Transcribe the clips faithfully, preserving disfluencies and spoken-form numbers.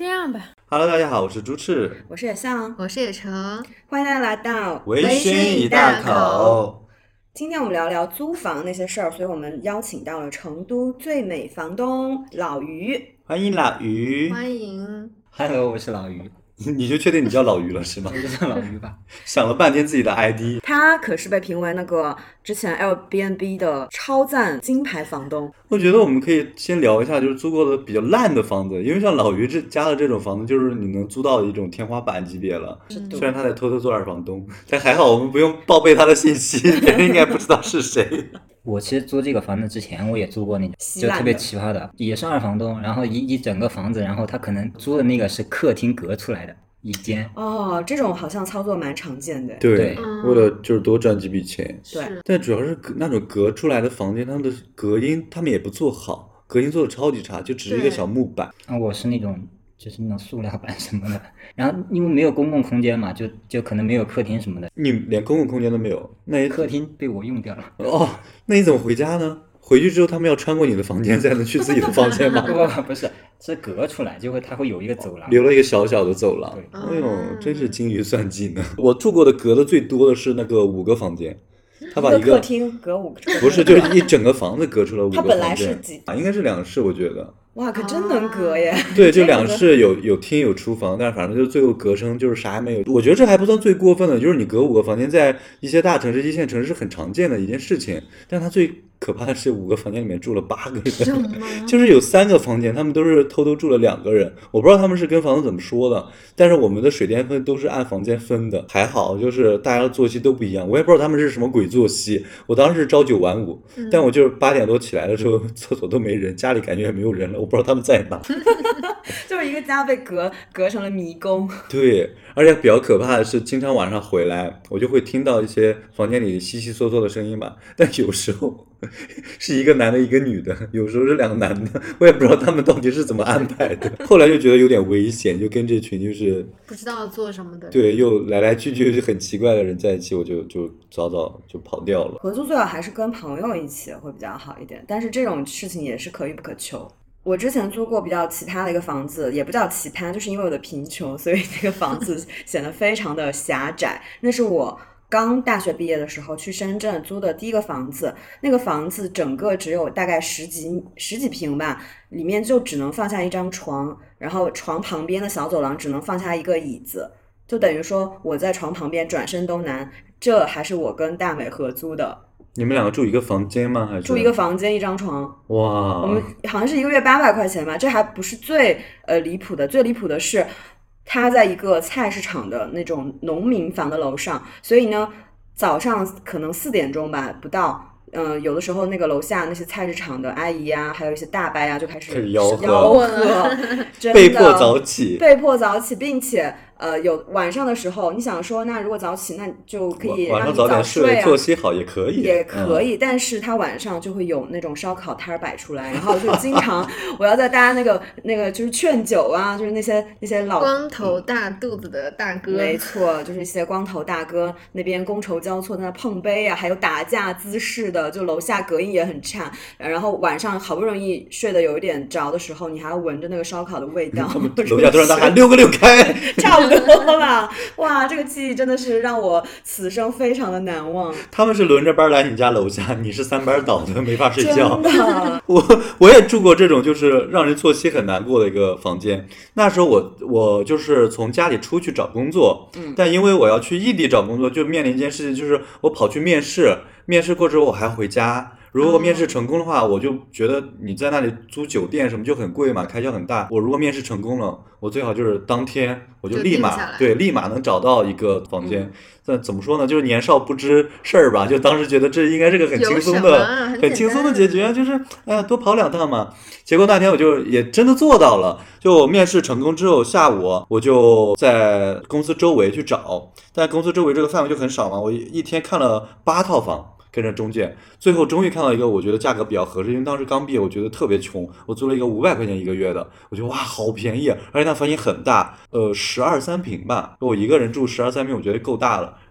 这样吧。 Hello， 大家好，我是朱赤， 我是野象， 我是野橙， 欢迎大家来到微醺一大口。 今天我们聊聊租房那些事儿，所以我们邀请到了成都最美房东老于。 欢迎老于。 欢迎。 Hello， 我是老于。 你就确定你叫老于了是吗？ 我就叫老于吧。 想了半天自己的 I D。 他可是被评为那个之前 Airbnb 的超赞金牌房东。 我觉得我们可以先聊一下，就是租过的比较烂的房子，因为像老于这家的这种房子，就是你能租到的一种天花板级别了。 嗯、 虽然他在偷偷做二房东，但还好我们不用报备他的信息，别人应该不知道是谁。 我其实租这个房子之前，我也租过那种就特别奇葩的，也是二房东，然后一一整个房子，然后他可能租的那个是客厅隔出来的一间。 哦，这种好像操作蛮常见的。 对， 对为了就是多赚几笔钱。 对， 但主要是那种隔出来的房间，他们的隔音他们也不做好，隔音做的超级差，就只是一个小木板。 啊，我是那种就是那种塑料板什么的，然后因为没有公共空间嘛，就就可能没有客厅什么的。 你连公共空间都没有，那客厅被我用掉了。 哦，那你怎么回家呢？回去之后他们要穿过你的房间才能去自己的房间吗？ 不不不，不是，是隔出来，就会它会有一个走廊， 留了一个小小的走廊。 对， 哎呦，真是精于算计呢。我住过的隔的最多的是那个五个房间，他把一个客厅隔五个， 不是，就是一整个房子隔出了五个房间。 他本来是几啊？应该是两室，我觉得。 哇，可真能隔耶！ 对，就两室有有厅有厨房，但是反正就最后隔成就是啥也没有。我觉得这还不算最过分的，就是你隔五个房间，在一些大城市、一线城市是很常见的一件事情。但它最可怕的是五个房间里面住了八个人，就是有三个房间他们都是偷偷住了两个人。我不知道他们是跟房东怎么说的，但是我们的水电费都是按房间分的，还好就是大家的作息都不一样。我也不知道他们是什么鬼作息。我当时是朝九晚五，嗯、但我就是八点多起来的时候，厕所都没人，家里感觉也没有人了，我不知道他们在哪。 就是一个家被隔隔成了迷宫。 对，而且比较可怕的是，经常晚上回来，我就会听到一些房间里悉悉嗦嗦的声音吧。但有时候是一个男的，一个女的，有时候是两个男的，我也不知道他们到底是怎么安排的。后来就觉得有点危险，就跟这群就是不知道做什么的， 对，又来来去去很奇怪的人在一起，我就就早早就跑掉了。 合租最好还是跟朋友一起会比较好一点，但是这种事情也是可遇不可求。我之前租过比较奇葩的一个房子，也不叫奇葩，就是因为我的贫穷，所以这个房子显得非常的狭窄。那是我刚大学毕业的时候去深圳租的第一个房子，那个房子整个只有大概十几十几平吧，里面就只能放下一张床，然后床旁边的小走廊只能放下一个椅子，就等于说我在床旁边转身都难。这还是我跟大美合租的。 你们两个住一个房间吗？还是住一个房间一张床？ 哇， 我们好像是一个月八百块钱吧，这还不是最呃离谱的，最离谱的是他在一个菜市场的那种农民房的楼上，所以呢早上可能四点钟吧不到。嗯、呃，有的时候那个楼下那些菜市场的阿姨啊，还有一些大伯啊，就开始吆喝，真的被迫早起， 被迫早起，并且呃，有晚上的时候，你想说，那如果早起，那就可以让你早睡啊， 晚上早点睡，作息好也可以， 也可以。 嗯、 但是他晚上就会有那种烧烤摊摆出来，然后就经常我要在大家那个那个就是劝酒啊，就是那些那些老光头大肚子的大哥， 没错，就是一些光头大哥那边觥筹交错，在那碰杯啊，还有打架姿势的，就楼下隔音也很差。然后晚上好不容易睡得有一点着的时候，你还要闻着那个烧烤的味道， 楼下都让大喊溜个溜开， 差不多吧。哇，这个记忆真的是让我此生非常的难忘。 他们是轮着班来你家楼下，你是三班倒的，没法睡觉。 真的， 我我也住过这种就是让人作息很难过的一个房间。那时候我我就是从家里出去找工作，嗯，但因为我要去异地找工作，就面临一件事情，就是我跑去面试，面试过之后我还回家。如果面试成功的话，我就觉得你在那里租酒店什么就很贵嘛，开销很大。我如果面试成功了，我最好就是当天我就立马对立马能找到一个房间。那、嗯、怎么说呢？就是年少不知事儿吧，就当时觉得这应该是个很轻松的、很, 很轻松的解决，就是哎呀多跑两趟嘛。结果那天我就也真的做到了，就我面试成功之后，下午我就在公司周围去找，但公司周围这个范围就很少嘛，我一天看了八套房。跟着中介，最后终于看到一个我觉得价格比较合适，因为当时刚毕业，我觉得特别穷，我租了一个五百块钱一个月的，我觉得哇好便宜，而且那房间很大，呃十二三平吧，我一个人住十二三平，我觉得够大了。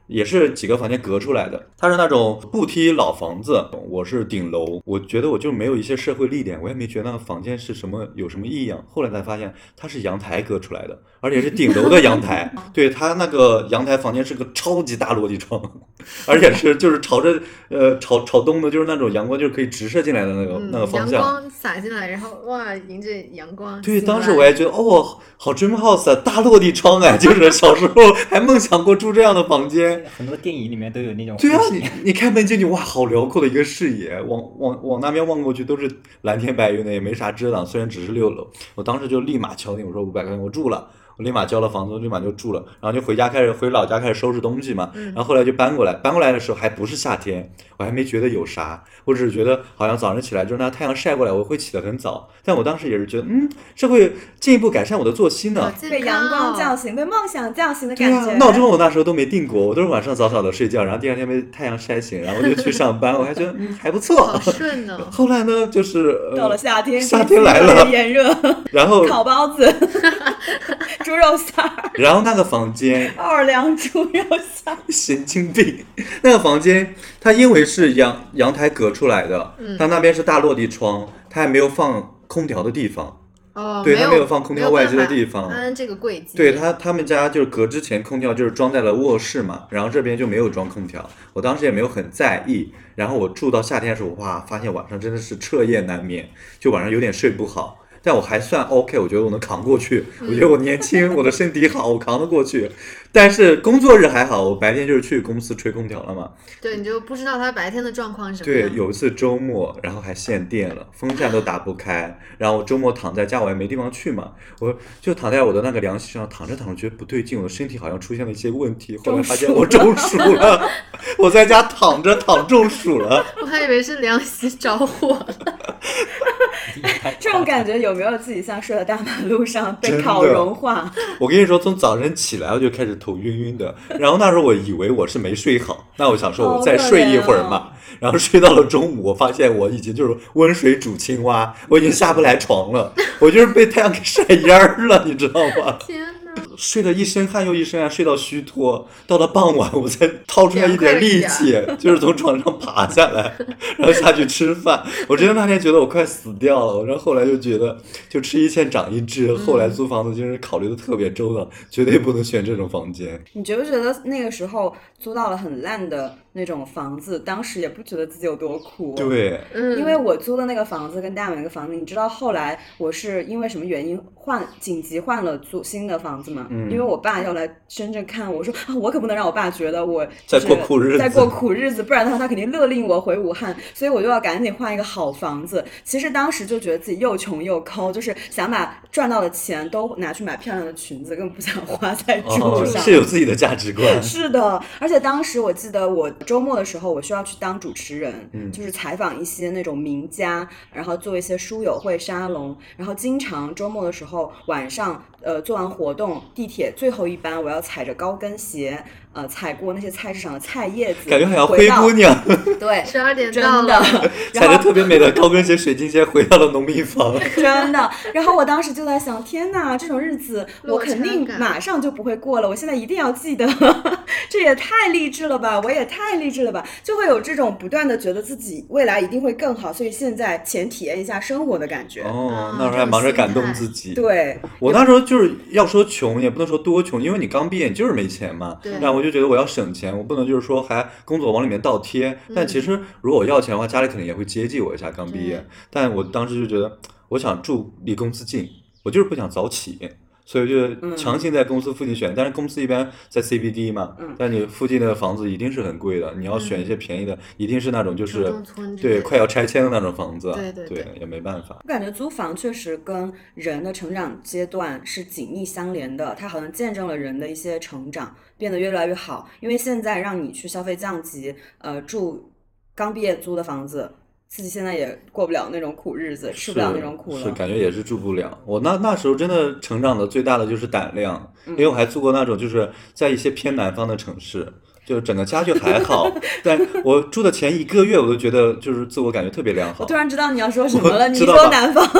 也是几个房间隔出来的，它是那种步梯老房子，我是顶楼，我觉得我就没有一些社会历练，我也没觉得那个房间是什么有什么异样，后来才发现它是阳台隔出来的，而且是顶楼的阳台，对，它那个阳台房间是个超级大落地窗，而且是就是朝着呃朝朝东的，就是那种阳光就是可以直射进来的那个、 嗯、 那个方向， 阳光洒进来，然后哇，迎着阳光。 对，当时我还觉得哦，好 dream house 啊，大落地窗哎，就是小时候还梦想过住这样的房间。 很多电影里面都有那种。 对啊，你你开门进去，哇，好辽阔的一个视野，往往往那边望过去都是蓝天白云的，也没啥遮挡。虽然只是六楼，我当时就立马敲定，我说五百块钱我住了。我立马交了房租，立马就住了，然后就回家开始回老家开始收拾东西嘛， 嗯、 然后后来就搬过来，搬过来的时候还不是夏天，我还没觉得有啥，我只是觉得好像早上起来就是那太阳晒过来，我会起得很早，但我当时也是觉得，嗯，这会进一步改善我的作息呢， 被阳光叫醒，被梦想叫醒的感觉。 对啊，闹钟我那时候都没定过，我都是晚上早早的睡觉，然后第二天被太阳晒醒，然后就去上班，我还觉得嗯还不错， 好顺呢。 后来呢，就是、呃、 到了夏天， 夏天来了， 炎热， 然后烤包子。猪肉馅儿， 然后那个房间奥尔良猪肉馅儿， 神经病。那个房间它因为是阳阳台隔出来的， 嗯、 它那边是大落地窗，它还没有放空调的地方。 哦， 对，它没有放空调外机的地方。 安这个柜机。 对，他他们家就是隔之前空调就是装在了卧室嘛，然后这边就没有装空调。我当时也没有很在意，然后我住到夏天的时候，哇，发现晚上真的是彻夜难眠，就晚上有点睡不好。但我还算 OK， 我觉得我能扛过去。我觉得我年轻，我的身体好，我扛得过去。但是工作日还好，我白天就是去公司吹空调了嘛。 对，你就不知道他白天的状况是什么样。对，有一次周末，然后还限电了，风扇都打不开，然后我周末躺在家，我也没地方去嘛，我就躺在我的那个凉席上，躺着躺着觉得不对劲，我的身体好像出现了一些问题，后来发现我中暑了，我在家躺着躺中暑了。 我还以为是凉席着火了。 这种感觉有没有自己像睡在大马路上被烤融化？ 我跟你说，从早晨起来我就开始头晕晕的，然后那时候我以为我是没睡好，那我想说我再睡一会儿嘛，然后睡到了中午，我发现我已经就是温水煮青蛙，我已经下不来床了，我就是被太阳给晒蔫了，你知道吗？ 天哪！ 睡了一身汗又一身汗，睡到虚脱，到了傍晚我才掏出来一点力气，就是从床上爬下来，然后下去吃饭。我真的那天觉得我快死掉了，然后后来就觉得就吃一堑长一智，后来租房子就是考虑的特别周到，绝对不能选这种房间。 你觉不觉得那个时候租到了很烂的那种房子，当时也不觉得自己有多苦？ 对， 嗯， 因为我租的那个房子跟大美那个房子，你知道后来我是因为什么原因换紧急换了租新的房子嘛？ 嗯， 因为我爸要来深圳看我，我说啊，我可不能让我爸觉得我在过苦日子， 在过苦日子，不然的话他肯定勒令我回武汉，所以我就要赶紧换一个好房子。其实当时就觉得自己又穷又抠，就是想把赚到的钱都拿去买漂亮的裙子，根本不想花在住上。 哦，是有自己的价值观。 是的，而且当时我记得我周末的时候，我需要去当主持人， 嗯， 就是采访一些那种名家，然后做一些书友会沙龙，然后经常周末的时候晚上呃做完活动，地铁最后一班我要踩着高跟鞋呃踩过那些菜市场的菜叶子， 感觉好像灰姑娘。 对， 十二点到了， 踩着特别美的高跟鞋水晶鞋回到了农民房。 真的，然后我当时就在想，天哪，这种日子我肯定马上就不会过了，我现在一定要记得。这也太励志了吧，我也太励志了吧，就会有这种不断的觉得自己未来一定会更好，所以现在前体验一下生活的感觉。 哦，那时候还忙着感动自己。 对， 我那时候就是要说穷也不能说多穷，因为你刚毕业你就是没钱嘛，然后我就觉得我要省钱，我不能就是说还工作往里面倒贴，但其实如果我要钱的话，家里肯定也会接济我一下，刚毕业，但我当时就觉得我想住离公司近，我就是不想早起，所以就强行在公司附近选，嗯，但是公司一般在 C B D 嘛，嗯，但你附近的房子一定是很贵的，你要选一些便宜的，嗯，一定是那种就是对快要拆迁的那种房子， 对对 对, 对，也没办法。 我感觉租房确实跟人的成长阶段是紧密相连的，它好像见证了人的一些成长，变得越来越好。因为现在让你去消费降级，呃，住刚毕业租的房子，自己现在也过不了那种苦日子，吃不了那种苦了， 是感觉也是住不了。我那那时候真的成长的最大的就是胆量，嗯，因为我还住过那种就是在一些偏南方的城市，就整个家具还好，但我住的前一个月我都觉得就是自我感觉特别良好。 我突然知道你要说什么了，你说南方。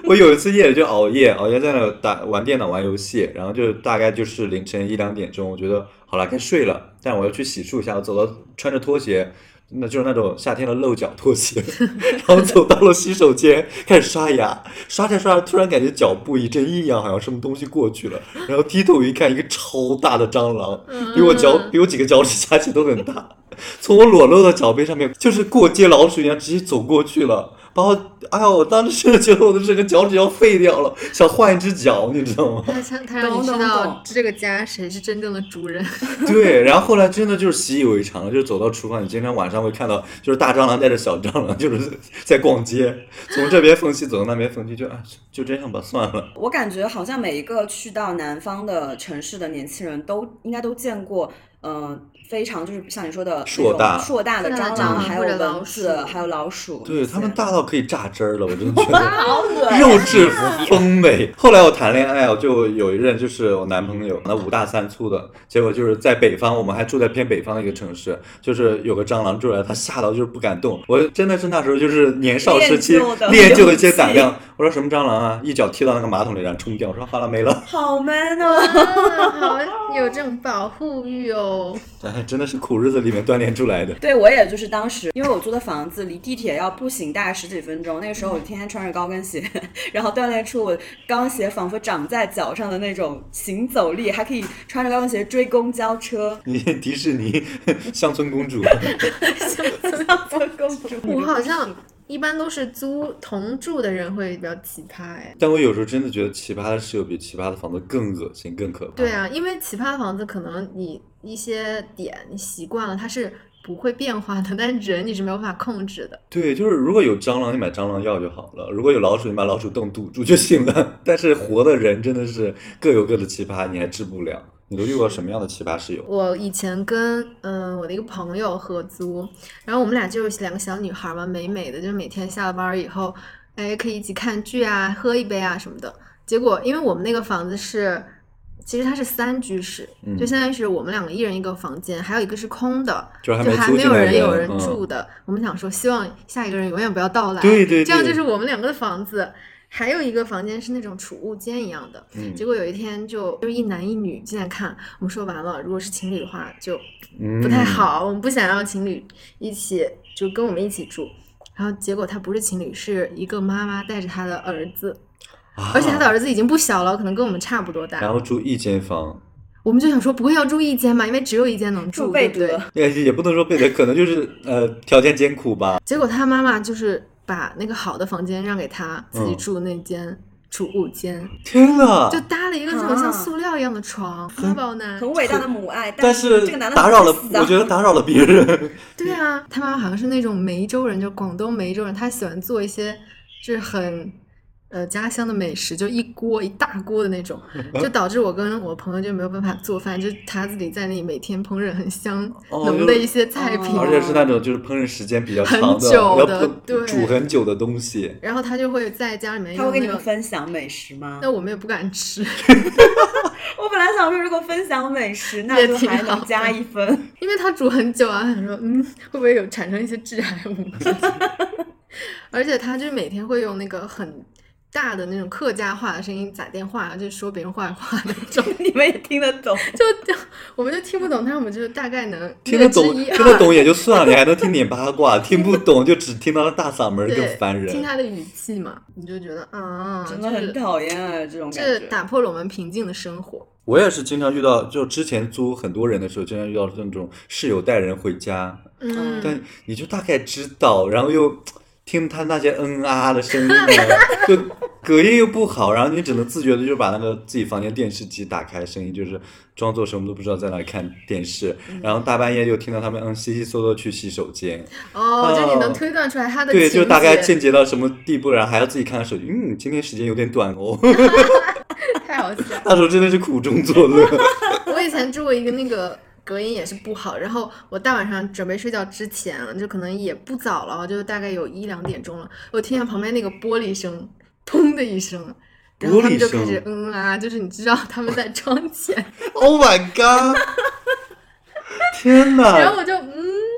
我有一次夜里就熬夜，熬夜在那打玩电脑玩游戏，然后就大概就是凌晨一两点钟，我觉得好了该睡了，但我要去洗漱一下，我走到穿着拖鞋。那就是那种夏天的露脚拖鞋，然后走到了洗手间，开始刷牙，刷着刷着，突然感觉脚部一阵异样，好像什么东西过去了，然后低头一看，一个超大的蟑螂，比我脚比我几个脚趾加起都很大，从我裸露的脚背上面，就是过街老鼠一样，直接走过去了。把我，哎呦！我当时觉得我的这个脚趾要废掉了，想换一只脚，你知道吗？ 他他让你知道这个家谁是真正的主人。 对，然后后来真的就是习以为常了，就是走到厨房，你经常晚上会看到，就是大蟑螂带着小蟑螂，就是在逛街，从这边缝隙走到那边缝隙，就啊，就这样吧，算了。 我感觉好像每一个去到南方的城市的年轻人都应该都见过。嗯、呃，非常就是像你说的硕大硕大的蟑螂，还有蚊子，还有老鼠。 对，他们大到可以榨汁儿了，我真的觉得好恶肉质丰美。后来我谈恋爱，我就有一任就是我男朋友，那五大三粗的，结果就是在北方，我们还住在偏北方的一个城市，就是有个蟑螂出来，他吓到就是不敢动。我真的是那时候就是年少时期练就的一些胆量。我说什么蟑螂啊？一脚踢到那个马桶里，然后冲掉。我说好了没了。 好 man 哦， 啊、好有这种保护欲哦。 哎，真的是苦日子里面锻炼出来的。 对，我也就是当时，因为我租的房子离地铁要步行大概十几分钟，那个时候我天天穿着高跟鞋，然后锻炼出我高跟鞋仿佛长在脚上的那种行走力，还可以穿着高跟鞋追公交车。 你迪士尼乡村公主， 乡村公主。 我好像一般都是租同住的人会比较奇葩哎， 但我有时候真的觉得奇葩的室友比奇葩的房子更恶心更可怕。 对啊，因为奇葩的房子可能你一些点你习惯了它是不会变化的，但是人你是没有办法控制的。 对，就是如果有蟑螂你买蟑螂药就好了，如果有老鼠你把老鼠洞堵住就行了，但是活的人真的是各有各的奇葩，你还治不了。你都遇过什么样的奇葩室友？ 我以前跟嗯、呃、我的一个朋友合租，然后我们俩就是两个小女孩嘛，美美的，就每天下了班以后，哎，可以一起看剧啊，喝一杯啊什么的。结果因为我们那个房子是，其实它是三居室， 嗯、 就相当于是我们两个一人一个房间，还有一个是空的， 就还没, 就还没有人有人嗯、 住的。我们想说，希望下一个人永远不要到来， 对对对， 这样就是我们两个的房子。还有一个房间是那种储物间一样的，嗯、结果有一天就就一男一女进来看，我们说完了，如果是情侣的话就不太好，嗯、我们不想让情侣一起就跟我们一起住。然后结果他不是情侣，是一个妈妈带着他的儿子，啊、而且他的儿子已经不小了，可能跟我们差不多大。 然后住一间房。 我们就想说不会要住一间吧，因为只有一间能住， 对不对？ 也也不能说背德，可能就是呃条件艰苦吧。 结果他妈妈就是把那个好的房间让给他自己住那间储物间，嗯、 天哪！ 就搭了一个这种像塑料一样的床，妈宝男， 很伟大的母爱， 但是这个男的打扰了，我觉得打扰了别人。 对啊，他妈妈好像是那种梅州人，就广东梅州人，他喜欢做一些就是很。呃，家乡的美食就一锅一大锅的那种，就导致我跟我朋友就没有办法做饭，就是他自己在那里每天烹饪很香浓的一些菜品， 哦、而且是那种就是烹饪时间比较长的， 很久的， 对，煮很久的东西。 然后他就会在家里面、那个， 他会跟你们分享美食吗？ 那我们也不敢吃。 我本来想说，如果分享美食，那就还能加一分， 因为他煮很久啊，想说嗯，会不会有产生一些致癌物？而且他就是每天会用那个很。大的那种客家话的声音打电话，就是说别人坏话那种， 你们也听得懂？ 就我们就听不懂，但是我们就大概能听得懂，听得懂也就算了，你还能听点八卦；听不懂就只听到了大嗓门，更烦人。 听他的语气嘛，你就觉得啊， 真的很讨厌啊，这种感觉。 这打破了我们平静的生活。 我也是经常遇到，就之前租很多人的时候，经常遇到那种室友带人回家， 嗯， 但你就大概知道，然后又。听他那些嗯啊的声音呢，就隔音又不好，然后你只能自觉的就把那个自己房间电视机打开，声音就是装作什么都不知道在那里看电视，嗯、然后大半夜就听到他们嗯悉悉嗦嗦去洗手间。 哦，呃、就你能推断出来他的对，就大概间接到什么地步，然后还要自己看看手机，嗯，今天时间有点短哦。 太好笑了， 那时候真的是苦中作乐。 我以前住过一个那个。隔音也是不好，然后我大晚上准备睡觉之前，就可能也不早了，就大概有一两点钟了，我听见旁边那个玻璃声，砰的一声，然后他们就开始嗯啊，就是你知道他们在窗前。 Oh my god！ 天哪！ 然后我就嗯，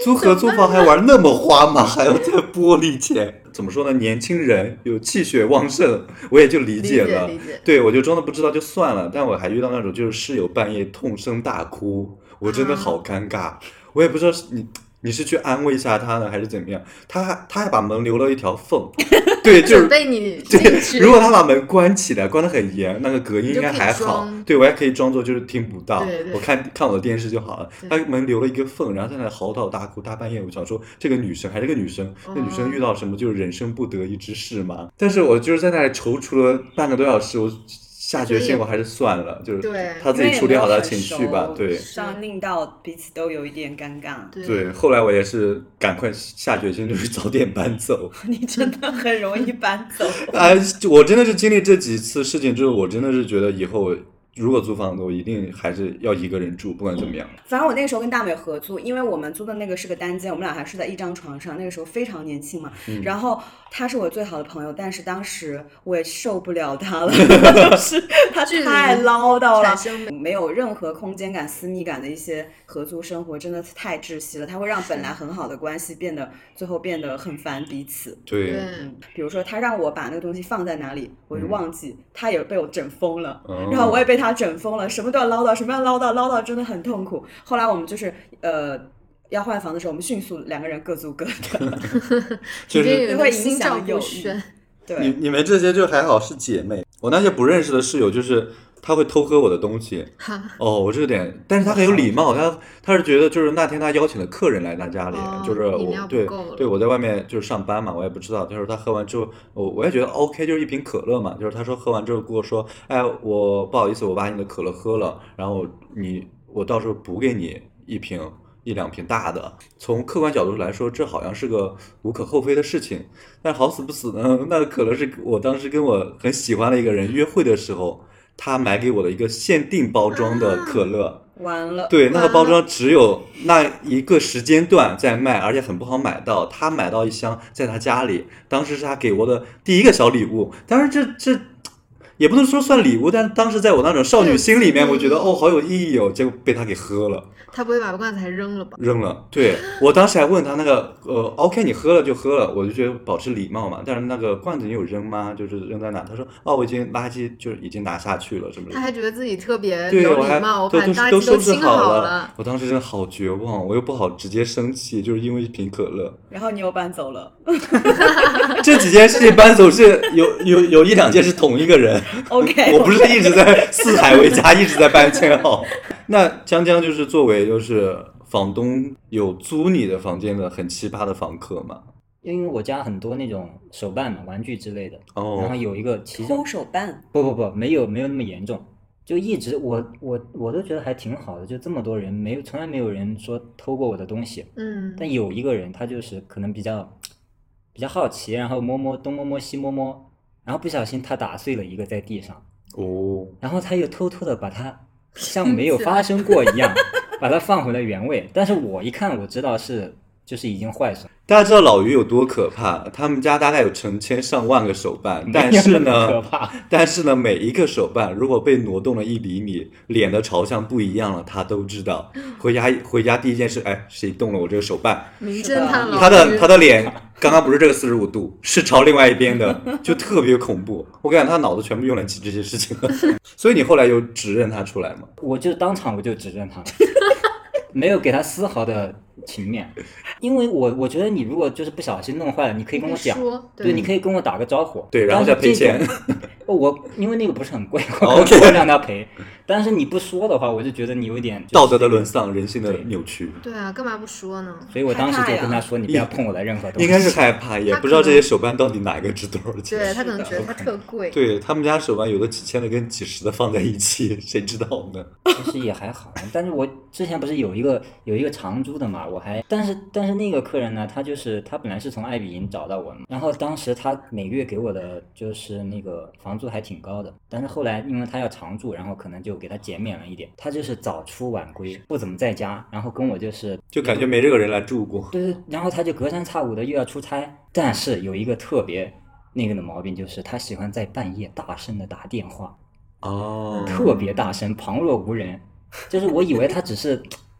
租合租房还玩那么花吗？还要在玻璃前？怎么说呢？年轻人有气血旺盛，我也就理解了。 理解理解对，我就装的不知道就算了。但我还遇到那种就是室友半夜痛声大哭，我真的好尴尬。啊、我也不知道你你是去安慰一下他呢，还是怎么样？他他还把门留了一条缝。对，就是准备你进去。 如果他把门关起来，关得很严，那个隔音应该还好。对，我还可以装作就是听不到， 对对我看看我的电视就好了。他门留了一个缝，然后在那嚎啕大哭，大半夜。我想说，这个女生还是个女生，那、哦、女生遇到什么就是人生不得已之事嘛。但是我就是在那里踌躇了半个多小时，我下决心我还是算了，就是他自己处理好他的情绪吧。对， 上令到彼此都有一点尴尬。 对， 对，后来我也是赶快下决心，就是早点搬走。 你真的很容易搬走。 哎，我真的是经历这几次事情之后，我真的是觉得以后如果租房子，我一定还是要一个人住，不管怎么样。 反正我那个时候跟大美合租，因为我们租的那个是个单间，我们俩还睡在一张床上，那个时候非常年轻嘛。嗯、然后他是我最好的朋友，但是当时我也受不了他了，就是他太唠叨了，没有任何空间感、私密感的一些合租生活，真的太窒息了。他会让本来很好的关系变得最后变得很烦彼此。 对， 嗯，比如说他让我把那个东西放在哪里，我就忘记，嗯、他也被我整疯了，嗯、然后我也被他。他整疯了，什么都要唠叨，什么要唠叨，唠叨真的很痛苦。后来我们就是呃要换房的时候，我们迅速两个人各租各的， 就是会影响友谊。对， 你你们这些就还好是姐妹，我那些不认识的室友就是他会偷喝我的东西。哦，我这个点，但是他很有礼貌，他他是觉得就是那天他邀请了客人来他家里，哦、就是我对对我在外面就是上班嘛，我也不知道。他说他喝完之后，我我也觉得 OK， 就是一瓶可乐嘛，就是他说喝完之后跟我说，哎，我不好意思，我把你的可乐喝了，然后你我到时候补给你一瓶。一两瓶大的，从客观角度来说，这好像是个无可厚非的事情。但好死不死呢，那个可乐是我当时跟我很喜欢的一个人约会的时候，他买给我的一个限定包装的可乐。 啊、完了， 对，那个包装只有那一个时间段在卖，而且很不好买到。他买到一箱在他家里，当时是他给我的第一个小礼物。当然这这也不能说算礼物，但当时在我那种少女心里面，我觉得哦好有意义哦，结果被他给喝了。 他不会把罐子还扔了吧？ 扔了，对，我当时还问他那个呃 OK 你喝了就喝了，我就觉得保持礼貌嘛。但是那个罐子你有扔吗？就是扔在哪？他说哦我已经垃圾就是已经拿下去了什么的。 他还觉得自己特别有礼貌，我把垃圾都清好了。 我当时真的好绝望，我又不好直接生气，就是因为一瓶可乐。 然后你又搬走了。 这几件事情搬走是有有有一两件是同一个人。 OK， 我不是一直在四海为家，一直在搬迁好。那江江就是作为就是房东有租你的房间的很奇葩的房客嘛？ 因为我家很多那种手办嘛，玩具之类的， 哦， 然后有一个其中偷手办， 不不不，没有没有那么严重，就一直我我我都觉得还挺好的，就这么多人没有从来没有人说偷过我的东西， 嗯， 但有一个人他就是可能比较比较好奇，然后摸摸东摸摸西摸摸，然后不小心他打碎了一个在地上， 哦， 然后他又偷偷的把它像没有发生过一样把它放回了原位，但是我一看我知道是就是已经坏损。 大家知道老于有多可怕，他们家大概有成千上万个手办，但是呢但是呢每一个手办如果被挪动了一厘米，脸的朝向不一样了，他都知道。回家回家第一件事，哎，谁动了我这个手办？ 名侦探老于， 他的他的脸刚刚不是这个四十五度，是朝另外一边的，就特别恐怖。我感觉他脑子全部用来记这些事情了。所以你后来有指认他出来吗？ 我就当场我就指认他了。没有给他丝毫的情面，因为我我觉得你如果就是不小心弄坏了，你可以跟我讲， 对， 对，你可以跟我打个招呼， 对，然后再赔钱。 我因为那个不是很贵，我可以让他赔。但是你不说的话，我就觉得你有点、就是、 道德的沦丧，人性的扭曲。 对啊，干嘛不说呢？ 所以我当时就跟他说：“你不要碰我的任何东西。” 应该是害怕，也不知道这些手办到底哪个值多少钱。 对他可能觉得它特贵。 对他们家手办有的几千的跟几十的放在一起，谁知道呢？ 其实也还好，但是我之前不是有一个有一个长租的嘛，我还但是但是那个客人呢，他就是他本来是从爱彼迎找到我的，然后当时他每月给我的就是那个房租还挺高的，但是后来因为他要常住，然后可能就给他减免了一点。他就是早出晚归，不怎么在家，然后跟我就是就感觉没这个人来住过。 对对，然后他就隔三差五的又要出差，但是有一个特别那个的毛病，就是他喜欢在半夜大声的打电话。 哦， 特别大声，旁若无人。就是我以为他只是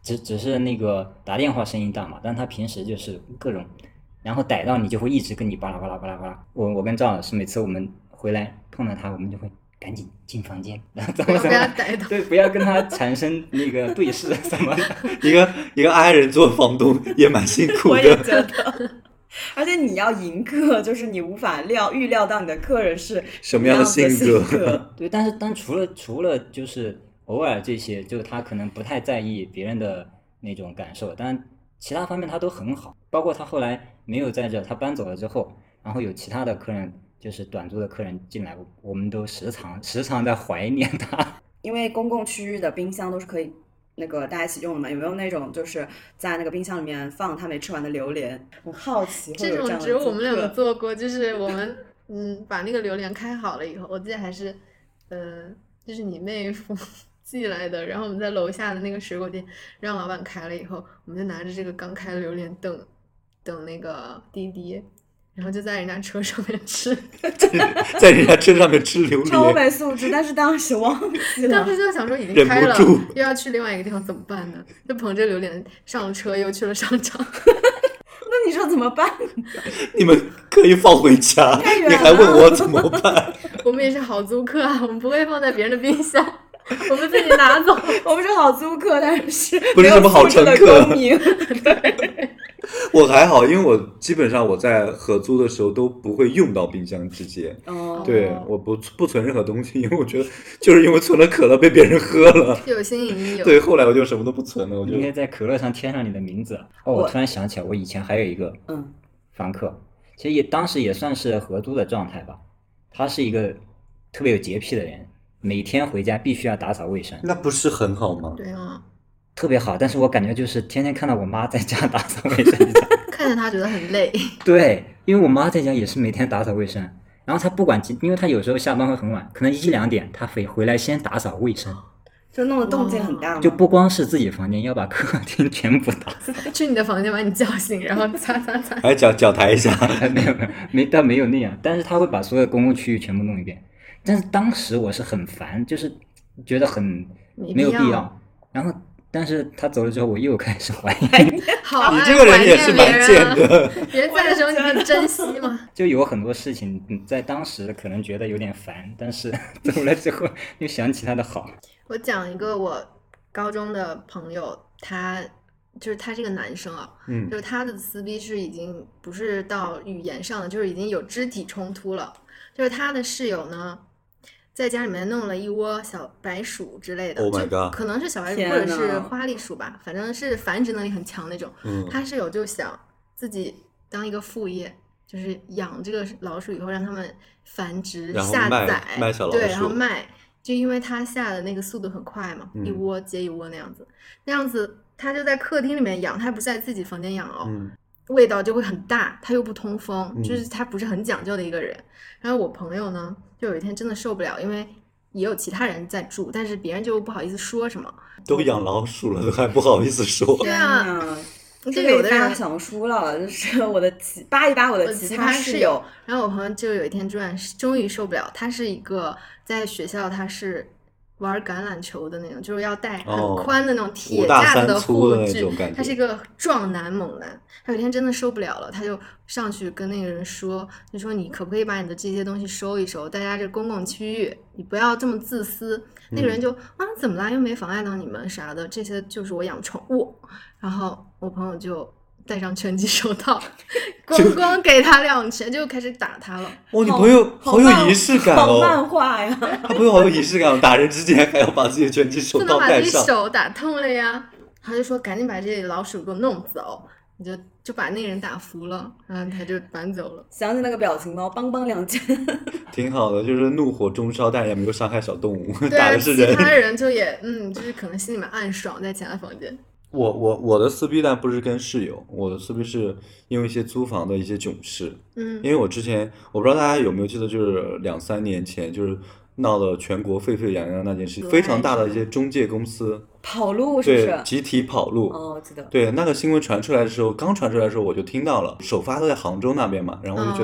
只只是那个打电话声音大嘛，但他平时就是各种，然后逮到你就会一直跟你巴拉巴拉巴拉巴拉。我我跟赵老师每次我们回来碰到他，我们就会赶紧进房间，然后怎么怎么逮到， 对，不要跟他产生那个对视什么的。 一个一个 I 人做房东也蛮辛苦的， 我也觉得。而且你要迎客，就是你无法料预料到你的客人是什么样的性格。 格对，但是但除了除了就是偶尔这些，就他可能不太在意别人的那种感受，但其他方面他都很好。包括他后来没有在这，他搬走了之后，然后有其他的客人，就是短租的客人进来，我们都时常时常在怀念他。 因为公共区域的冰箱都是可以那个大家一起用的嘛，有没有那种就是在那个冰箱里面放他没吃完的榴莲？很好奇会有这样的这种只有我们两个做过，就是我们嗯把那个榴莲开好了以后，我记得还是呃就是你妹夫寄来的，然后我们在楼下的那个水果店让老板开了以后，我们就拿着这个刚开的榴莲等等那个滴滴。然后就在人家车上面吃， 在人家车上面吃榴莲， 超没素质。但是当时忘记了， 当时就想说已经开了，又要去另外一个地方怎么办呢？就捧着榴莲上了车，又去了商场。 那你说怎么办？ 你们可以放回家，你还问我怎么办？ 我们也是好租客啊，我们不会放在别人的冰箱，我们自己拿走。 我们是好租客，但是不是什么好乘客。 对。 我还好，因为我基本上我在合租的时候都不会用到冰箱直接。 哦， 对，我不不存任何东西，因为我觉得就是因为存了可乐被别人喝了， 有心引诱。 对，后来我就什么都不存了。我就应该在可乐上贴上你的名字。哦，我突然想起来，我以前还有一个嗯房客，其实也当时也算是合租的状态吧。他是一个特别有洁癖的人，每天回家必须要打扫卫生。 那不是很好吗？ 对啊。 特别好，但是我感觉就是天天看到我妈在家打扫卫生， 看着她觉得很累。 对，因为我妈在家也是每天打扫卫生，然后她不管，因为她有时候下班会很晚，可能一两点她回回来先打扫卫生， 就弄得动静很大嘛。 就不光是自己房间，要把客厅全部打扫。 去你的房间把你叫醒，然后擦擦擦。 还脚脚抬一下。 没有没有没，但没有那样，但是她会把所有公共区域全部弄一遍。但是当时我是很烦，就是觉得很没有必要，然后。但是他走了之后，我又开始怀念。 好， 你这个人也是蛮贱的。 别人在的时候你很珍惜吗？ 就有很多事情，在当时可能觉得有点烦，但是走了之后又想起他的好。 我讲一个我高中的朋友，他就是他这个男生啊， 嗯， 就是他的撕逼是已经不是到语言上的，就是已经有肢体冲突了。就是他的室友呢。在家里面弄了一窝小白鼠之类的， Oh my god， 可能是小白鼠或者是花栗鼠吧，反正是繁殖能力很强那种。 嗯， 他室友就想自己当一个副业，就是养这个老鼠以后让他们繁殖下载， 卖小老鼠， 对，然后卖。就因为他下的那个速度很快嘛，嗯、一窝接一窝那样子，那样子他就在客厅里面养，他不是在自己房间养哦。 嗯， 味道就会很大，他又不通风， 嗯、 就是他不是很讲究的一个人。然后我朋友呢，就有一天真的受不了，因为也有其他人在住，但是别人就不好意思说什么。 都养老鼠了，都还不好意思说。 对啊， 就有的人小红书了，就是我的奇扒一扒我的奇葩室友。 然后我朋友就有一天突然终于受不了，他是一个在学校他是。玩橄榄球的那种，就是要带很宽的那种铁架子的护具， 哦、 他是一个壮男猛男。他有一天真的受不了了，他就上去跟那个人说，就说你可不可以把你的这些东西收一收，大家这公共区域你不要这么自私。那个人就、嗯、啊怎么啦，又没妨碍到你们啥的，这些就是我养宠物。然后我朋友就戴上拳击手套，咣咣给他两拳，就开始打他了。 哦，你朋友好有仪式感哦， 好漫画呀！ 他朋友好有仪式感，打人之前还要把自己的拳击手套戴上， 不能把自己手打痛了呀。他就说赶紧把这些老鼠给我弄走，你就就把那个人打服了，然后他就搬走了。 想起那个表情包，梆梆两拳， 挺好的，就是怒火中烧，但也没有伤害小动物， 对啊、 打的是人。 其他人就也嗯，就是可能心里面暗爽，在其他房间。 我我我的撕逼但不是跟室友，我的撕逼是因为一些租房的一些囧事。 嗯， 因为我之前我不知道大家有没有记得，就是两三年前就是闹得全国沸沸扬扬那件事，非常大的一些中介公司跑路是不是？ 对，集体跑路。 哦，我记得。 对，那个新闻传出来的时候，刚传出来的时候我就听到了，首发都在杭州那边嘛，然后我就觉得、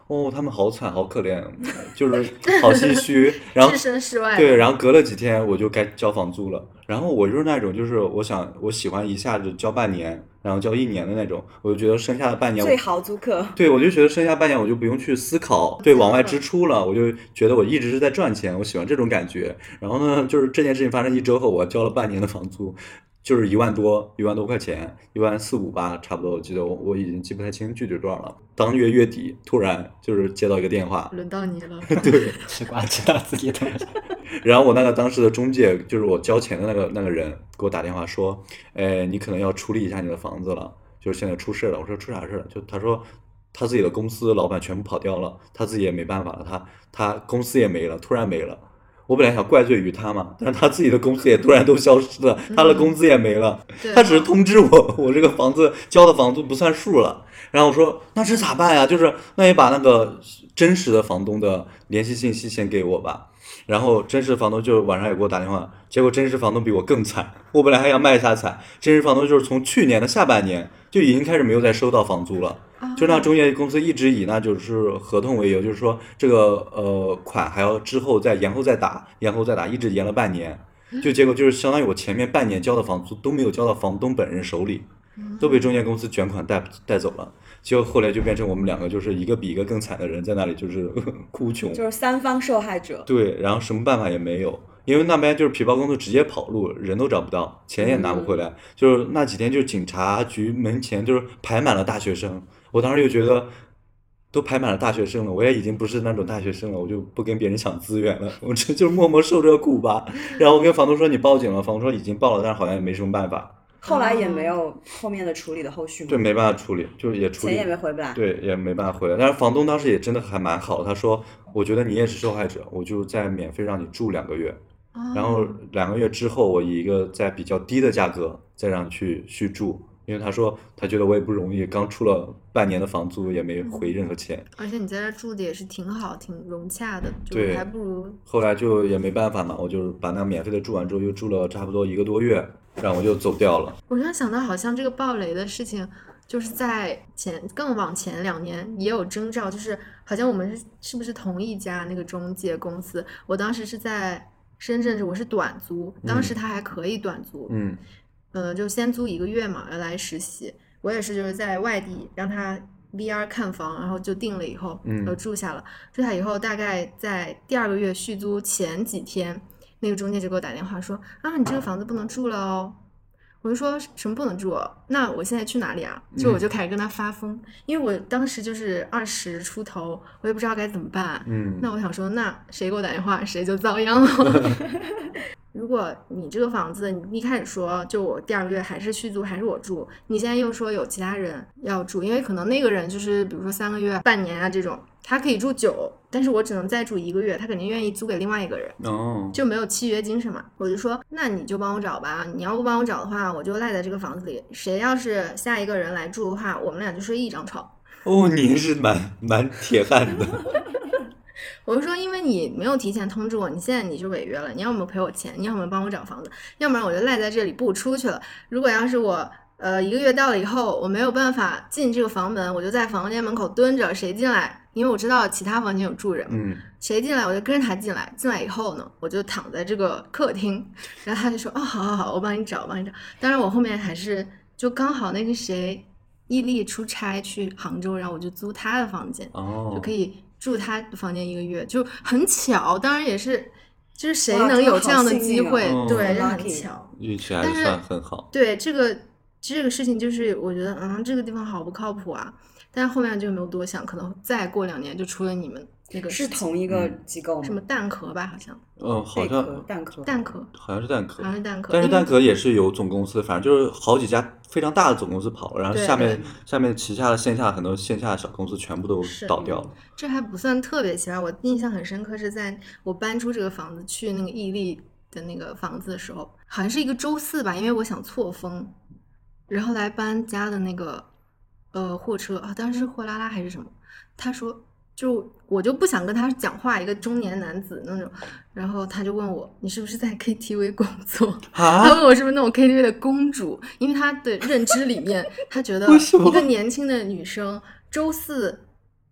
哦，他们好惨好可怜，就是好唏嘘。然后置身事外。 对，然后隔了几天我就该交房租了。然后我就是那种，就是我想我喜欢一下子交半年，然后交一年的那种，我就觉得剩下的半年最豪租客。 对，我就觉得剩下半年我就不用去思考对往外支出了，我就觉得我一直是在赚钱，我喜欢这种感觉。然后呢，就是这件事情发生一周后，我交了半年的房租。就是一万多，一万多块钱，一万四五吧，差不多。我记得我我已经记不太清具体多少了。当月月底突然就是接到一个电话， 轮到你了。 对， 吃瓜知道自己的。 然后我那个当时的中介，就是我交钱的那个那个人，给我打电话说，哎，你可能要处理一下你的房子了，就是现在出事了。我说出啥事了？就他说他自己的公司老板全部跑掉了，他自己也没办法了，他他公司也没了，突然没了。我本来想怪罪于他嘛，但是他自己的公司也突然都消失了，嗯、他的工资也没了，他只是通知我，我这个房子交的房租不算数了。然后我说那这咋办呀？就是那也把那个真实的房东的联系信息先给我吧。然后真实房东就晚上也给我打电话，结果真实房东比我更惨。我本来还想卖一下惨，真实房东就是从去年的下半年就已经开始没有再收到房租了。就那中介公司一直以那就是合同为由，就是说这个呃款还要之后再延后再打，延后再打，一直延了半年，就结果就是相当于我前面半年交的房租都没有交到房东本人手里，都被中介公司卷款带带走了。结果后来就变成我们两个就是一个比一个更惨的人在那里就是呵呵哭穷， 就是三方受害者。 对，然后什么办法也没有。因为那边就是皮包公司直接跑路，人都找不到，钱也拿不回来。嗯、就是那几天，就是警察局门前就是排满了大学生。我当时就觉得，都排满了大学生了，我也已经不是那种大学生了，我就不跟别人抢资源了，我这就默默受这个苦吧。然后我跟房东说你报警了，房东说已经报了，但是好像也没什么办法。 后来也没有后面的处理的后续吗？ 对，没办法处理，就是也处理， 钱也没回不来。 对，也没办法回来。但是房东当时也真的还蛮好，他说我觉得你也是受害者，我就再免费让你住两个月。然后两个月之后，我以一个在比较低的价格再让你去续住，因为他说他觉得我也不容易，刚出了半年的房租也没回任何钱， 而且你在这住的也是挺好挺融洽的，就对， 还不如。 后来就也没办法嘛，我就把那个免费的住完之后，又住了差不多一个多月，然后我就走掉了。 我突然想到，好像这个暴雷的事情，就是在前更往前两年也有征兆，就是好像我们是是不是同一家那个中介公司？我当时是在深圳，我是短租，当时他还可以短租， 嗯， 呃，就先租一个月嘛，来实习。我也是就是在外地让他 V R 看房，然后就定了以后， 嗯， 就住下了。住下以后，大概在第二个月续租前几天，那个中介就给我打电话说啊，你这个房子不能住了哦。我就说什么不能住？那我现在去哪里啊？就我就开始跟他发疯，嗯、因为我当时就是二十出头，我也不知道该怎么办。 嗯， 那我想说，那谁给我打电话，谁就遭殃了。如果你这个房子，你一开始说就我第二个月还是续租，还是我住，你现在又说有其他人要住，因为可能那个人就是比如说三个月、半年啊这种，他可以住久，但是我只能再住一个月，他肯定愿意租给另外一个人， 哦， 就没有契约精神嘛。我就说，那你就帮我找吧，你要不帮我找的话，我就赖在这个房子里，谁要是下一个人来住的话，我们俩就睡一张床。 哦，你是蛮蛮铁汉的。 我就说，因为你没有提前通知我，你现在你就违约了，你要么赔我钱，你要么帮我找房子，要不然我就赖在这里不出去了。如果要是我呃一个月到了以后，我没有办法进这个房门，我就在房间门口蹲着，谁进来，因为我知道其他房间有住人， 嗯， 谁进来我就跟着他进来，进来以后呢，我就躺在这个客厅，然后他就说，哦，好好好，我帮你找，我帮你找。当然我后面还是就刚好那个谁伊利出差去杭州，然后我就租他的房间， 哦， 就可以住他的房间一个月，就很巧。当然也是，就是谁能有这样的机会， 哦、 对，就很巧， 运气还是算很好。 对这个这个事情，就是我觉得，嗯，这个地方好不靠谱啊。但是后面就没有多想，可能再过两年就出了你们那个是同一个机构吗？ 什么蛋壳吧，好像。 嗯，好像蛋壳， 蛋壳， 好像是蛋壳， 好像是蛋壳。 但是蛋壳也是有总公司，反正就是好几家非常大的总公司跑了，然后下面下面旗下的线下很多线下的小公司全部都倒掉了。 这还不算特别奇葩，我印象很深刻是在我搬出这个房子去那个伊利的那个房子的时候，好像是一个周四吧，因为我想错峰，然后来搬家的那个呃货车啊，当时是货拉拉还是什么，他说。就我就不想跟他讲话，一个中年男子那种，然后他就问我，你是不是在 K T V 工作？他问我是不是那种 K T V 的公主，因为他的认知里面，他觉得一个年轻的女生周四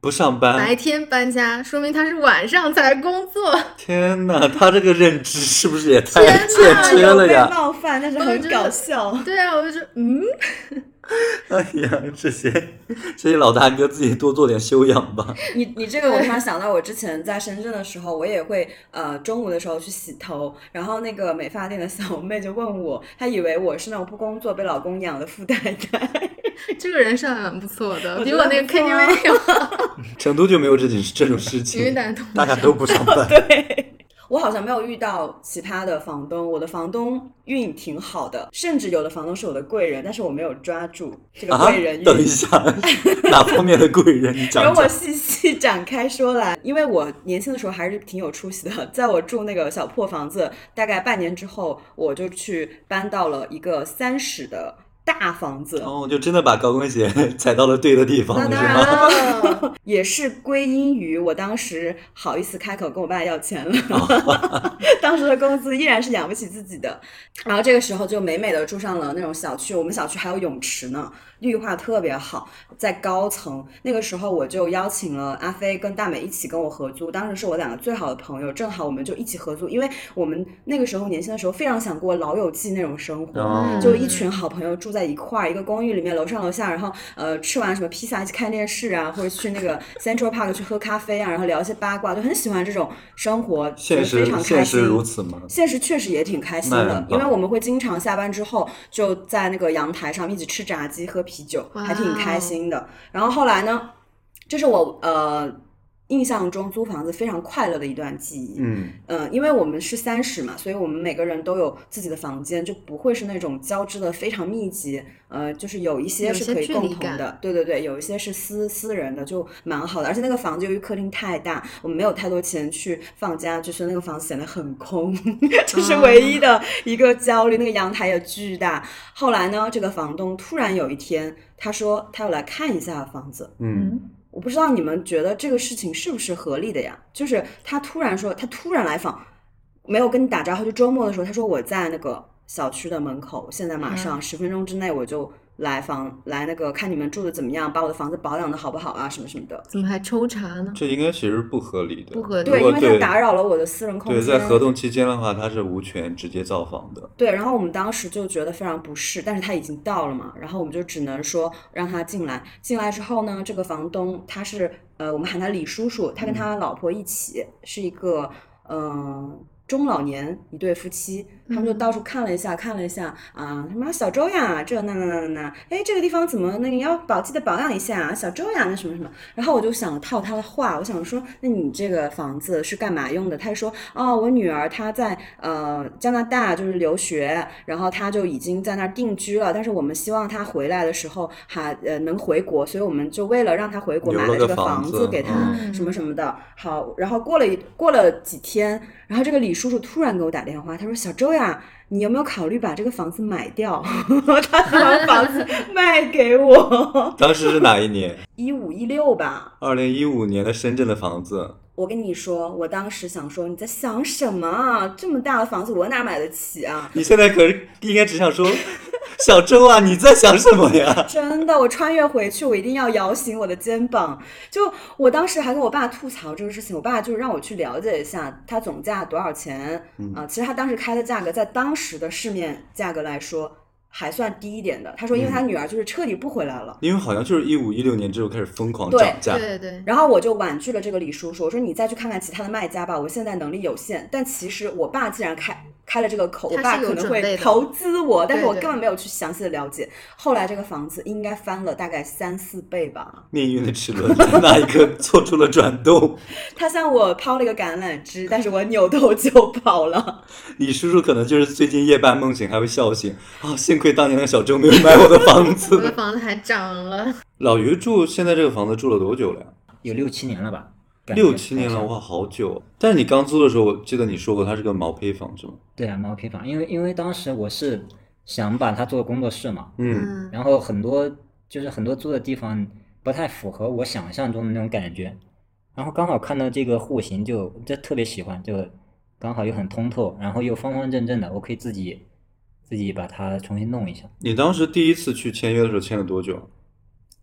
不上班， 白天搬家，说明他是晚上才工作。 天哪，他这个认知是不是也太天欠哪缺了呀？ 被冒犯，但是很搞笑。 对啊，我就说嗯。 哎呀，这些这些老大哥自己多做点修养吧。 你你这个我突然想到，我之前在深圳的时候，我也会呃中午的时候去洗头，然后那个美发店的小妹就问我，她以为我是那种不工作被老公养的富太太。 这个人是还蛮不错的， 我比我那个 K T V 要好。 成都就没有这种这种事情， 因为大家都大家都不上班。 对。我好像没有遇到奇葩的房东，我的房东运挺好的，甚至有的房东是我的贵人，但是我没有抓住这个贵人运。 啊、等一下，哪方面的贵人？你讲讲。 容我细细展开说来，因为我年轻的时候还是挺有出息的，在我住那个小破房子大概半年之后，我就去搬到了一个三室的大房子。 哦，就真的把高跟鞋踩到了对的地方， 那当然是吗？ 也是归因于我当时好意思开口跟我爸要钱了，哦、当时的工资依然是养不起自己的。然后这个时候就美美的住上了那种小区，我们小区还有泳池呢，绿化特别好，在高层。那个时候我就邀请了阿飞跟大美一起跟我合租，当时是我两个最好的朋友，正好我们就一起合租，因为我们那个时候年轻的时候非常想过老友记那种生活， 哦、 就一群好朋友住在一块儿，一个公寓里面，楼上楼下，然后呃吃完什么披萨一起看电视啊，或者去那个 Central Park 去喝咖啡啊，然后聊一些八卦，就很喜欢这种生活， 现实非常开心。 现实如此吗？ 现实确实也挺开心的，因为我们会经常下班之后就在那个阳台上一起吃炸鸡喝啤酒，还挺开心的。然后后来呢，这是我呃印象中租房子非常快乐的一段记忆。 嗯呃，因为我们是三室嘛，所以我们每个人都有自己的房间，就不会是那种交织的非常密集。呃，就是有一些是可以共同的，对对对，有一些是私私人的，就蛮好的。而且那个房子由于客厅太大，我们没有太多钱去放家具，所以那个房子显得很空，这是唯一的一个焦虑。那个阳台也巨大。后来呢，这个房东突然有一天，他说他要来看一下房子。 嗯。 我不知道你们觉得这个事情是不是合理的呀？就是他突然说，他突然来访，没有跟你打招呼，就周末的时候，他说我在那个小区的门口，现在马上十分钟之内我就来房来那个看你们住的怎么样，把我的房子保养的好不好啊，什么什么的。 怎么还抽查呢？ 这应该其实不合理的， 不合理。 对，因为他打扰了我的私人空间。 对，在合同期间的话，他是无权直接造访的。 对，然后我们当时就觉得非常不适，但是他已经到了嘛，然后我们就只能说让他进来。进来之后呢，这个房东他是呃，我们喊他李叔叔，他跟他老婆一起，嗯、是一个嗯。呃中老年一对夫妻，他们就到处看了一下，嗯、看了一下啊，什么小周呀，这那那那那，哎，这个地方怎么那个要保记得保养一下，小周呀，那什么什么。然后我就想套他的话，我想说，那你这个房子是干嘛用的？他就说，哦，我女儿她在呃加拿大就是留学，然后她就已经在那儿定居了，但是我们希望她回来的时候还呃能回国，所以我们就为了让她回国买了这个房子给她什么什么的。好，然后过了过了几天，然后这个李叔叔突然给我打电话，他说：“小周呀，你有没有考虑把这个房子买掉？”他把房子卖给我。 当时是哪一年？ 一五一六吧。 二零一五年的深圳的房子。 我跟你说，我当时想说，你在想什么啊？这么大的房子，我哪买得起啊？ 你现在可是应该只想说，小周啊，你在想什么呀？ 真的，我穿越回去，我一定要摇醒我的肩膀。就我当时还跟我爸吐槽这个事情，我爸就让我去了解一下它总价多少钱啊、 嗯呃。其实他当时开的价格，在当时的市面价格来说，还算低一点的。他说，因为他女儿就是彻底不回来了， 因为好像就是一五一六年之后开始疯狂涨价， 对对对。 然后我就婉拒了这个李叔叔，我说你再去看看其他的卖家吧，我现在能力有限。但其实我爸既然开开了这个口，我爸可能会投资我，但是我根本没有去详细的了解。后来这个房子应该翻了大概三四倍吧。 命运的齿轮在那一刻做出了转动， 他向我抛了一个橄榄枝，但是我扭头就跑了。 李叔叔可能就是最近夜半梦醒还会笑醒啊，幸亏当年的小周没有买我的房子， 我的房子还涨了。 老于住现在这个房子住了多久了呀？ 有六七年了吧。 六七年了，哇，好久！但是你刚租的时候，我记得你说过它是个毛坯房，是吗？ 对啊，毛坯房，因为因为当时我是想把它做工作室嘛， 嗯， 然后很多就是很多租的地方不太符合我想象中的那种感觉，然后刚好看到这个户型就就特别喜欢，就刚好又很通透，然后又方方正正的，我可以自己自己把它重新弄一下。 你当时第一次去签约的时候签了多久？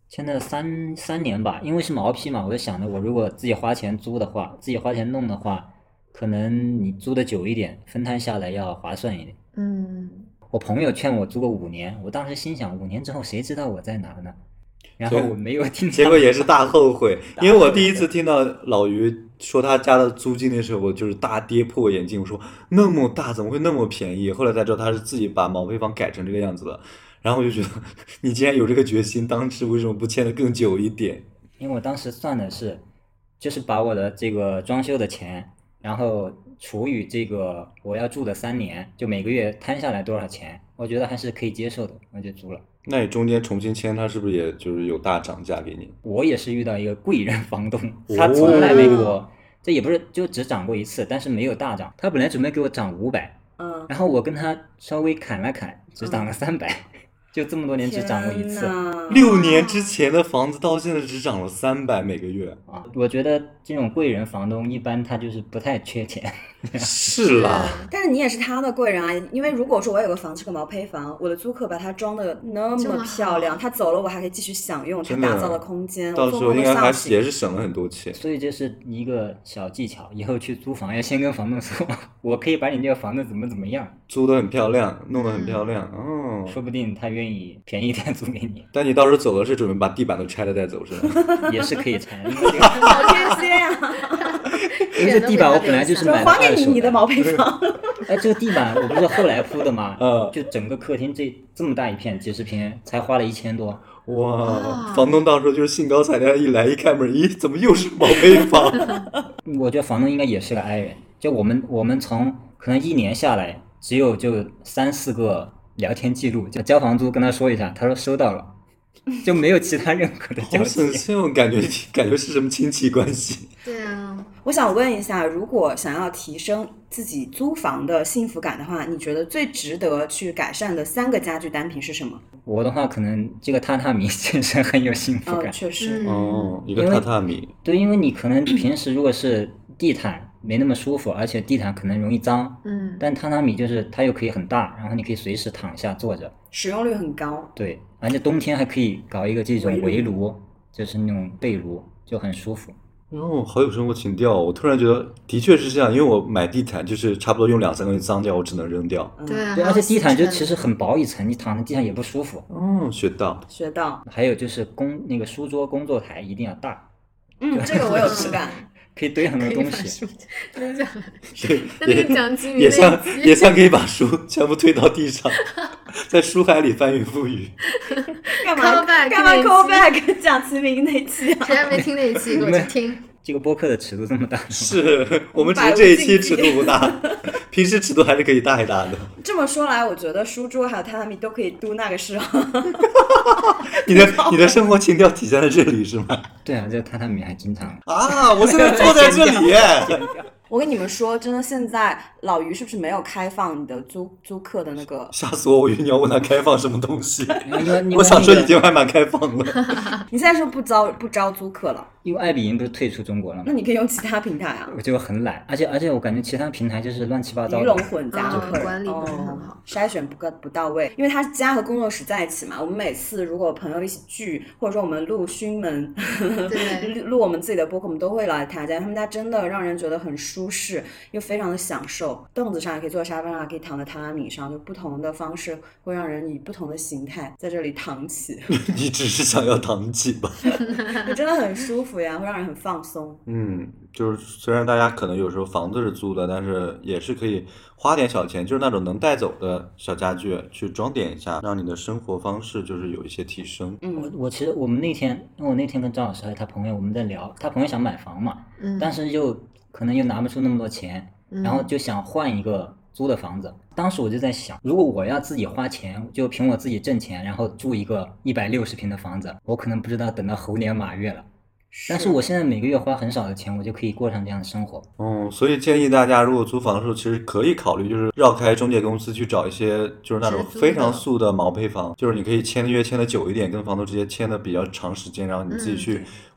签了三三年吧，因为是毛坯嘛，我就想着我如果自己花钱租的话，自己花钱弄的话，可能你租的久一点，分摊下来要划算一点。 嗯， 我朋友劝我租个五年，我当时心想，五年之后谁知道我在哪呢？然后我没有听， 结果也是大后悔。因为我第一次听到老于说他家的租金的时候，我就是大跌破眼镜，我说那么大怎么会那么便宜？后来才知道他是自己把毛坯房改成这个样子了。然后我就觉得你既然有这个决心，当时为什么不签的更久一点？ 因为我当时算的是，就是把我的这个装修的钱，然后除以这个我要住的三年，就每个月摊下来多少钱，我觉得还是可以接受的，我就租了。 那你中间重新签，他是不是也就是有大涨价给你？ 我也是遇到一个贵人房东，他从来没给我，哦、这也不是就只涨过一次，但是没有大涨。他本来准备给我涨五百，嗯，然后我跟他稍微砍了砍，只涨了三百。嗯就这么多年只涨过一次， 六年之前的房子到现在只涨了三百每个月啊！我觉得这种贵人房东一般他就是不太缺钱。 是啦， 但是你也是他的贵人啊，因为如果说我有个房是个毛坯房，我的租客把它装的那么漂亮，他走了我还可以继续享用他打造的空间， 到时候应该还也是省了很多钱。 所以这是一个小技巧，以后去租房要先跟房东说，我可以把你这个房子怎么怎么样， 租得很漂亮，弄得很漂亮，哦， 说不定他愿意便宜点租给你。 但你到时候走了是准备把地板都拆了再走是吧？ 也是可以拆， 好贴心啊！ 因为这地板我本来就是买的二手的。 还给你你的毛坯房。 哎，这个地板我不是后来铺的吗？嗯，就整个客厅这这么大一片，几十平，才花了一千多。 哇！房东到时候就是兴高采烈一来一开门，咦，怎么又是毛坯房？ 我觉得房东应该也是个 I 人，就我们我们从可能一年下来，只有就三四个聊天记录，就交房租跟他说一下，他说收到了。就没有其他任何的交集， 这种感觉感觉是什么亲戚关系？ 对啊， 我想问一下，如果想要提升自己租房的幸福感的话，你觉得最值得去改善的三个家具单品是什么？ 我的话，可能这个榻榻米确实很有幸福感， 哦、确实， 哦，一个榻榻米， 对，因为你可能平时如果是地毯。没那么舒服，而且地毯可能容易脏。嗯，但榻榻米就是它又可以很大，然后你可以随时躺下坐着， 使用率很高。 对，而且冬天还可以搞一个这种围炉，就是那种被炉，就很舒服。 哦，好有生活情调！我突然觉得的确是这样，因为我买地毯就是差不多用两三个月脏掉，我只能扔掉。 嗯、对、啊， 对，而且地毯就其实很薄一层，你躺在地上也不舒服。 哦，学到， 学到。 还有就是工那个书桌工作台一定要大。 嗯，这个我有同感。 可以堆很多东西， 真的对， 也讲基也算也算可以把书全部推到地上，在书海里翻云覆雨。 干嘛干嘛 call back 讲齐明那期啊？ 谁还没听那一期？给我去听。 这个播客的尺度这么大， 是我们只是这一期尺度不大，平时尺度还是可以大一大的。 这么说来，我觉得书桌还有榻榻米都可以嘟那个事啊。 你的你的生活情调体现在这里是吗？ 对啊，这个榻榻米还经常啊！我现在坐在这里。 我跟你们说，真的，现在老于是不是没有开放你的租租客的那个？ 吓死我！我以为你要问他开放什么东西。 我我想说已经还蛮开放了。 你现在是不招不招租客了？ 因为爱彼迎不是退出中国了吗？ 那你可以用其他平台啊。 我就很懒，而且而且我感觉其他平台就是乱七八糟的， 鱼龙混杂， 就管理不是很好， 筛选不不到位。因为他家和工作室在一起嘛，我们每次如果朋友一起聚，或者说我们录熏门，对，录我们自己的播客，我们都会来他家。他们家真的让人觉得很舒适，又非常的享受。凳子上也可以坐，沙发上也可以躺在榻榻米上，就不同的方式会让人以不同的形态在这里躺起。 你只是想要躺起吧？ 真的很舒服呀，会让人很放松。 嗯，就是虽然大家可能有时候房子是租的，但是也是可以花点小钱，就是那种能带走的小家具去装点一下，让你的生活方式就是有一些提升。 嗯，我我其实我们那天，因为我那天跟张老师还有他朋友我们在聊，他朋友想买房嘛，嗯，但是又可能又拿不出那么多钱，然后就想换一个租的房子。当时我就在想，如果我要自己花钱，就凭我自己挣钱，然后住一个一百六十平的房子，我可能不知道等到猴年马月了。但是我现在每个月花很少的钱，我就可以过上这样的生活。 嗯，所以建议大家如果租房的时候，其实可以考虑就是绕开中介公司去找一些就是那种非常素的毛坯房，就是你可以签约签的久一点，跟房东直接签的比较长时间，然后你自己去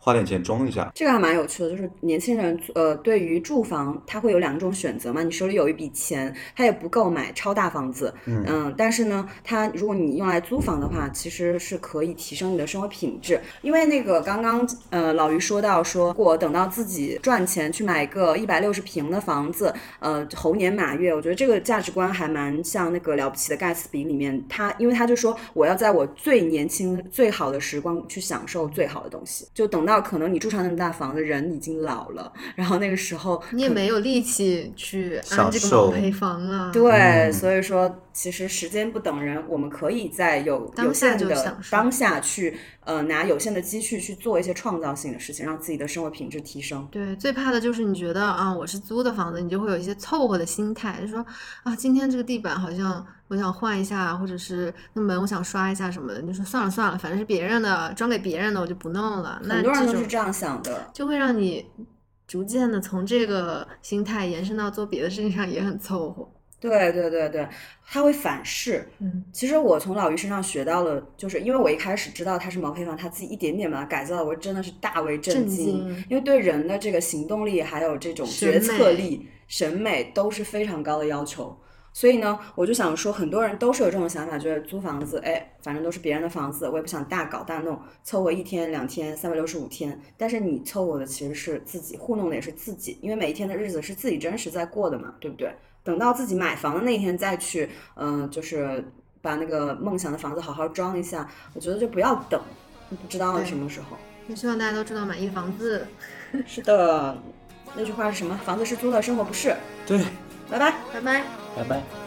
花点钱装一下。 这个还蛮有趣的，就是年轻人呃，对于住房他会有两种选择嘛，你手里有一笔钱，他也不够买超大房子，嗯、呃，但是呢，他如果你用来租房的话，其实是可以提升你的生活品质。因为那个刚刚呃老于说到说，如果等到自己赚钱去买一个一百六十平的房子，呃，猴年马月，我觉得这个价值观还蛮像那个了不起的盖茨比里面，他因为他就说我要在我最年轻最好的时光去享受最好的东西，就等到可能你住上那么大房子，人已经老了，然后那个时候你也没有力气去安这个毛坯房了。 对、 嗯， 所以说其实时间不等人，我们可以在有当下就有限的享受当下去呃拿有限的积蓄去做一些创造性的事情，让自己的生活品质提升。 对，最怕的就是你觉得啊，我是租的房子，你就会有一些凑合的心态，就说啊，今天这个地板好像我想换一下，或者是那门我想刷一下什么的，你就说算了算了，反正是别人的，装给别人的，我就不弄了。那很多人都这种是这样想的， 就会让你逐渐的从这个心态延伸到做别的事情上也很凑合。 对对对对，他会反噬。 嗯， 其实我从老于身上学到了，就是因为我一开始知道他是毛坯房，他自己一点点把它改造了，我真的是大为震震惊。 惊因为对人的这个行动力还有这种决策力、审美都是非常高的要求。所以呢，我就想说，很多人都是有这种想法，觉得租房子，哎，反正都是别人的房子，我也不想大搞大弄，凑合一天两天三百六十五天。但是你凑合的其实是自己，糊弄的也是自己，因为每一天的日子是自己真实在过的嘛，对不对？等到自己买房的那一天再去，嗯、呃，就是把那个梦想的房子好好装一下，我觉得就不要等，不知道什么时候。 就希望大家都知道满意的房子。 是的，那句话是什么？房子是租的，生活不是。 对， 拜拜， 拜拜。 拜拜。